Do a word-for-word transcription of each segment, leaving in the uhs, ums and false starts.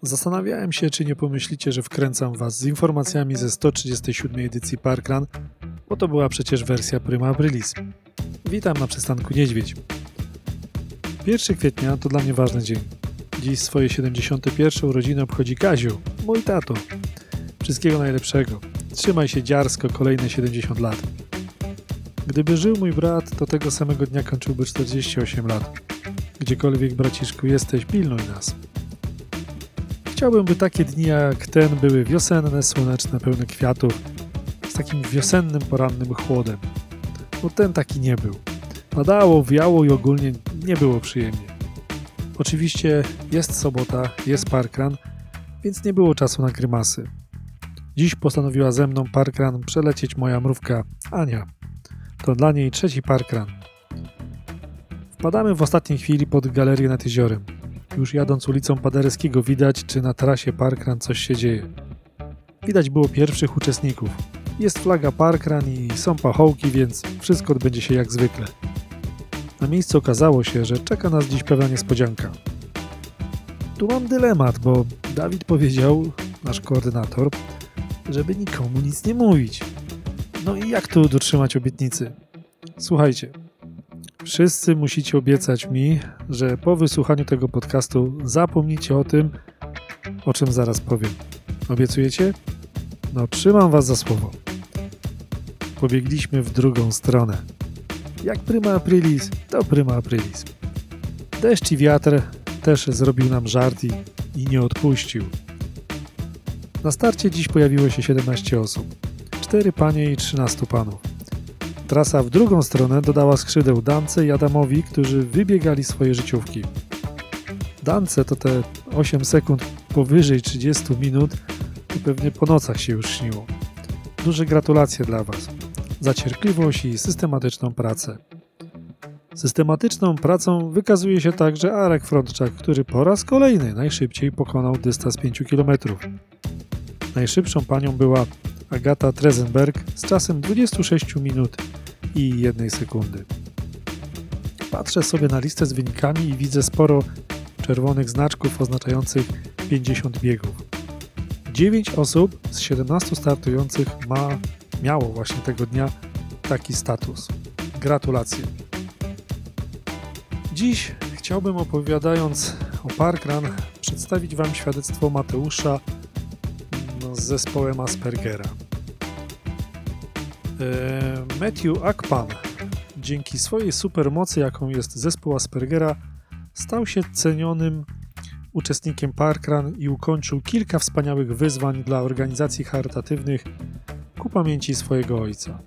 Zastanawiałem się, czy nie pomyślicie, że wkręcam was z informacjami ze sto trzydziestej siódmej edycji Parkrun, bo to była przecież wersja Prima Aprilis. Witam na przystanku Niedźwiedź. pierwszego kwietnia to dla mnie ważny dzień. Dziś swoje siedemdziesiąte pierwsze urodziny obchodzi Kaziu, mój tato. Wszystkiego najlepszego. Trzymaj się dziarsko kolejne siedemdziesiąt lat. Gdyby żył mój brat, to tego samego dnia kończyłby czterdzieści osiem lat. Gdziekolwiek, braciszku, jesteś, pilnuj nas. Chciałbym, by takie dni jak ten były wiosenne, słoneczne, pełne kwiatów, z takim wiosennym, porannym chłodem. Bo ten taki nie był. Padało, wiało i ogólnie nie było przyjemnie. Oczywiście jest sobota, jest Parkrun, więc nie było czasu na grymasy. Dziś postanowiła ze mną Parkrun przelecieć moja mrówka Ania. To dla niej trzeci Parkrun. Wpadamy w ostatniej chwili pod galerię nad jeziorem. Już jadąc ulicą Paderewskiego widać, czy na trasie Parkrun coś się dzieje. Widać było pierwszych uczestników. Jest flaga Parkrun i są pachołki, więc wszystko odbędzie się jak zwykle. Na miejscu okazało się, że czeka nas dziś pewna niespodzianka. Tu mam dylemat, bo Dawid powiedział, nasz koordynator, żeby nikomu nic nie mówić. No i jak tu dotrzymać obietnicy? Słuchajcie, wszyscy musicie obiecać mi, że po wysłuchaniu tego podcastu zapomnicie o tym, o czym zaraz powiem. Obiecujecie? No, trzymam was za słowo. Pobiegliśmy w drugą stronę. Jak Prima Aprilis, to Prima Aprilis. Deszcz i wiatr też zrobił nam żart i, i nie odpuścił. Na starcie dziś pojawiło się siedemnaście osób. cztery panie i trzynastu panów. Trasa w drugą stronę dodała skrzydeł Dance i Adamowi, którzy wybiegali swoje życiówki. Dance to te osiem sekund powyżej trzydziestu minut i pewnie po nocach się już śniło. Duże gratulacje dla was za cierpliwość i systematyczną pracę. Systematyczną pracą wykazuje się także Arek Frądczak, który po raz kolejny najszybciej pokonał dystans pięciu kilometrów. Najszybszą panią była Agata Trezenberg z czasem dwudziestu sześciu minut i jednej sekundy. Patrzę sobie na listę z wynikami i widzę sporo czerwonych znaczków oznaczających pięćdziesiąt biegów. dziewięć osób z siedemnastu startujących ma, miało właśnie tego dnia taki status. Gratulacje. Dziś chciałbym, opowiadając o Parkrun, przedstawić wam świadectwo Mateusza z zespołem Aspergera. Matthew Akpan dzięki swojej supermocy, jaką jest zespół Aspergera, stał się cenionym uczestnikiem Parkrun i ukończył kilka wspaniałych wyzwań dla organizacji charytatywnych ku pamięci swojego ojca.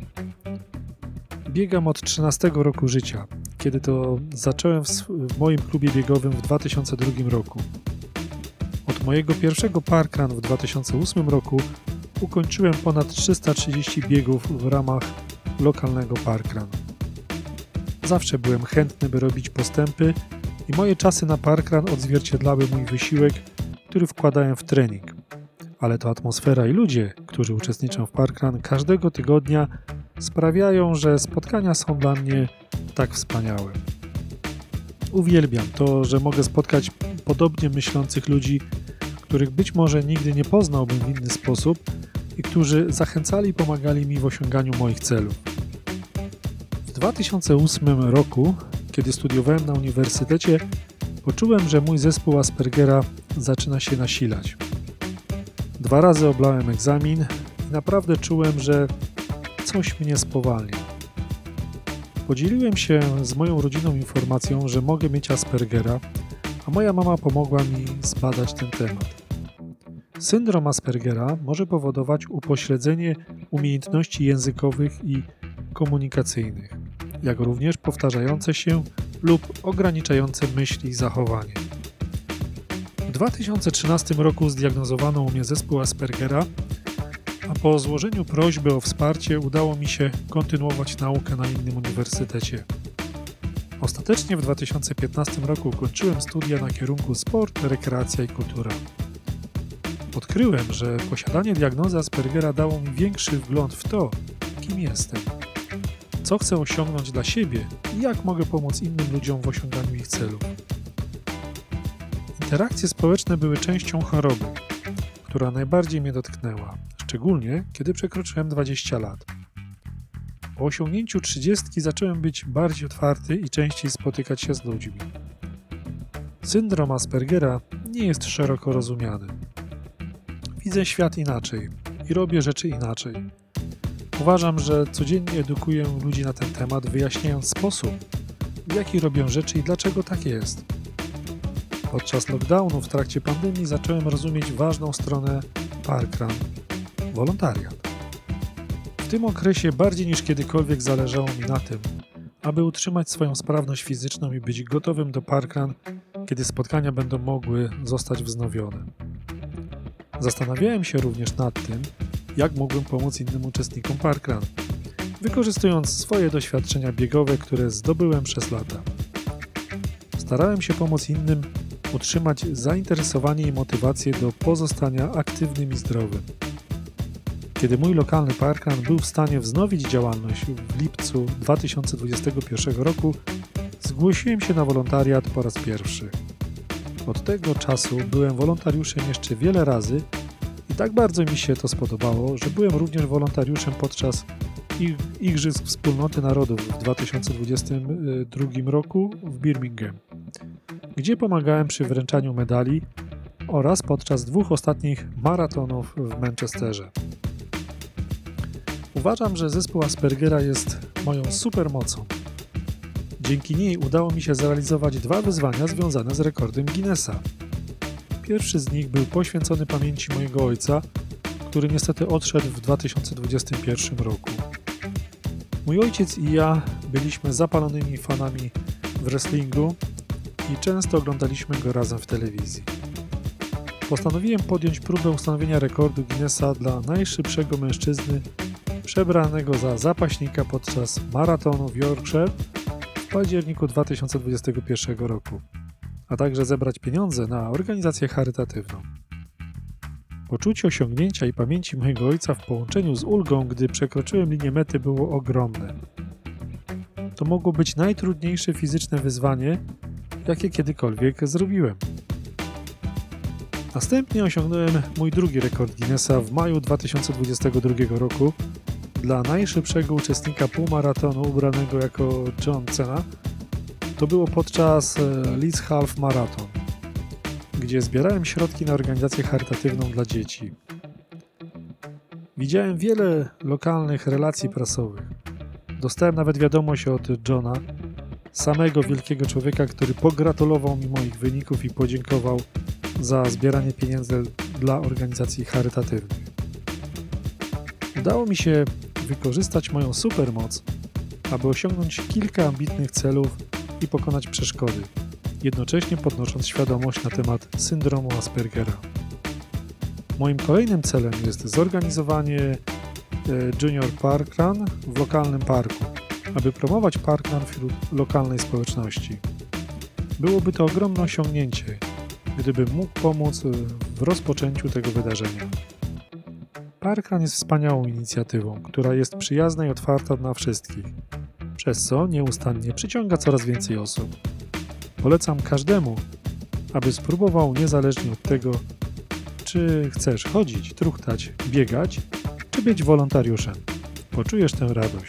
Biegam od trzynastego roku życia, kiedy to zacząłem w, w moim klubie biegowym w dwa tysiące drugim roku. Od mojego pierwszego Parkrun w dwa tysiące ósmym roku ukończyłem ponad trzysta trzydzieści biegów w ramach lokalnego Parkrun. Zawsze byłem chętny, by robić postępy i moje czasy na Parkrun odzwierciedlały mój wysiłek, który wkładałem w trening. Ale to atmosfera i ludzie, którzy uczestniczą w Parkrun każdego tygodnia, sprawiają, że spotkania są dla mnie tak wspaniałe. Uwielbiam to, że mogę spotkać podobnie myślących ludzi, których być może nigdy nie poznałbym w inny sposób i którzy zachęcali i pomagali mi w osiąganiu moich celów. W dwa tysiące ósmym roku, kiedy studiowałem na uniwersytecie, poczułem, że mój zespół Aspergera zaczyna się nasilać. Dwa razy oblałem egzamin i naprawdę czułem, że coś mnie spowalnia. Podzieliłem się z moją rodziną informacją, że mogę mieć Aspergera, a moja mama pomogła mi zbadać ten temat. Syndrom Aspergera może powodować upośledzenie umiejętności językowych i komunikacyjnych, jak również powtarzające się lub ograniczające myśli i zachowanie. W dwa tysiące trzynastym roku zdiagnozowano u mnie zespół Aspergera, a po złożeniu prośby o wsparcie udało mi się kontynuować naukę na innym uniwersytecie. Ostatecznie w dwa tysiące piętnastym roku ukończyłem studia na kierunku sport, rekreacja i kultura. Odkryłem, że posiadanie diagnozy Aspergera dało mi większy wgląd w to, kim jestem, co chcę osiągnąć dla siebie i jak mogę pomóc innym ludziom w osiąganiu ich celów. Interakcje społeczne były częścią choroby, która najbardziej mnie dotknęła, szczególnie kiedy przekroczyłem dwadzieścia lat. Po osiągnięciu trzydziestki zacząłem być bardziej otwarty i częściej spotykać się z ludźmi. Syndrom Aspergera nie jest szeroko rozumiany. Widzę świat inaczej i robię rzeczy inaczej. Uważam, że codziennie edukuję ludzi na ten temat, wyjaśniając sposób, w jaki robią rzeczy i dlaczego tak jest. Podczas lockdownu w trakcie pandemii zacząłem rozumieć ważną stronę parkrun – wolontariat. W tym okresie bardziej niż kiedykolwiek zależało mi na tym, aby utrzymać swoją sprawność fizyczną i być gotowym do parkrun, kiedy spotkania będą mogły zostać wznowione. Zastanawiałem się również nad tym, jak mógłbym pomóc innym uczestnikom parkrun, wykorzystując swoje doświadczenia biegowe, które zdobyłem przez lata. Starałem się pomóc innym utrzymać zainteresowanie i motywację do pozostania aktywnym i zdrowym. Kiedy mój lokalny parkrun był w stanie wznowić działalność w lipcu dwa tysiące dwudziestego pierwszego roku, zgłosiłem się na wolontariat po raz pierwszy. Od tego czasu byłem wolontariuszem jeszcze wiele razy i tak bardzo mi się to spodobało, że byłem również wolontariuszem podczas Igrzysk Wspólnoty Narodów w dwa tysiące dwudziestym drugim roku w Birmingham, gdzie pomagałem przy wręczaniu medali oraz podczas dwóch ostatnich maratonów w Manchesterze. Uważam, że zespół Aspergera jest moją supermocą. Dzięki niej udało mi się zrealizować dwa wyzwania związane z rekordem Guinnessa. Pierwszy z nich był poświęcony pamięci mojego ojca, który niestety odszedł w dwa tysiące dwudziestym pierwszym roku. Mój ojciec i ja byliśmy zapalonymi fanami w wrestlingu i często oglądaliśmy go razem w telewizji. Postanowiłem podjąć próbę ustanowienia rekordu Guinnessa dla najszybszego mężczyzny przebranego za zapaśnika podczas maratonu w Yorkshire w październiku dwa tysiące dwudziestego pierwszego roku, a także zebrać pieniądze na organizację charytatywną. Poczucie osiągnięcia i pamięci mojego ojca w połączeniu z ulgą, gdy przekroczyłem linię mety, było ogromne. To mogło być najtrudniejsze fizyczne wyzwanie, jakie kiedykolwiek zrobiłem. Następnie osiągnąłem mój drugi rekord Guinnessa w maju dwa tysiące dwudziestego drugiego roku dla najszybszego uczestnika półmaratonu ubranego jako John Cena. To było podczas Leeds Half Marathon, gdzie zbierałem środki na organizację charytatywną dla dzieci. Widziałem wiele lokalnych relacji prasowych. Dostałem nawet wiadomość od Johna, samego wielkiego człowieka, który pogratulował mi moich wyników i podziękował za zbieranie pieniędzy dla organizacji charytatywnych. Udało mi się wykorzystać moją supermoc, aby osiągnąć kilka ambitnych celów i pokonać przeszkody, jednocześnie podnosząc świadomość na temat syndromu Aspergera. Moim kolejnym celem jest zorganizowanie Junior Parkrun w lokalnym parku, aby promować parkrun wśród lokalnej społeczności. Byłoby to ogromne osiągnięcie, gdybym mógł pomóc w rozpoczęciu tego wydarzenia. Parkrun jest wspaniałą inicjatywą, która jest przyjazna i otwarta dla wszystkich, przez co nieustannie przyciąga coraz więcej osób. Polecam każdemu, aby spróbował niezależnie od tego, czy chcesz chodzić, truchtać, biegać, czy być wolontariuszem. Poczujesz tę radość.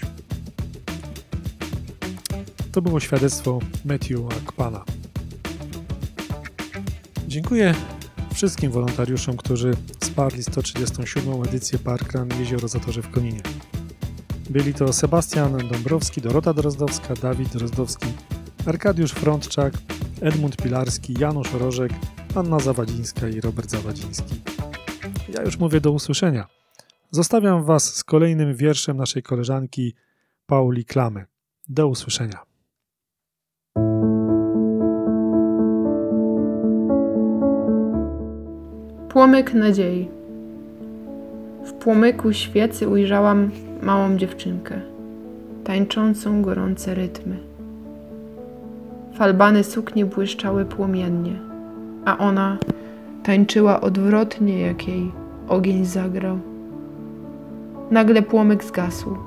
To było świadectwo Matthew Akpana. Dziękuję wszystkim wolontariuszom, którzy wsparli sto trzydziestą siódmą edycję Parkrun Jezioro Zatorzy w Koninie. Byli to Sebastian Dąbrowski, Dorota Drozdowska, Dawid Drozdowski, Arkadiusz Frądczak, Edmund Pilarski, Janusz Rożek, Anna Zawadzińska i Robert Zawadziński. Ja już mówię do usłyszenia. Zostawiam Was z kolejnym wierszem naszej koleżanki Pauli Klamy. Do usłyszenia. Płomyk nadziei. W płomyku świecy ujrzałam małą dziewczynkę, tańczącą gorące rytmy. Falbany sukni błyszczały płomiennie, a ona tańczyła odwrotnie, jak jej ogień zagrał. Nagle płomyk zgasł.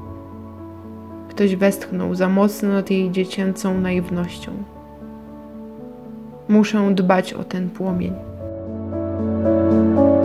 Ktoś westchnął za mocno nad jej dziecięcą naiwnością. Muszę dbać o ten płomień.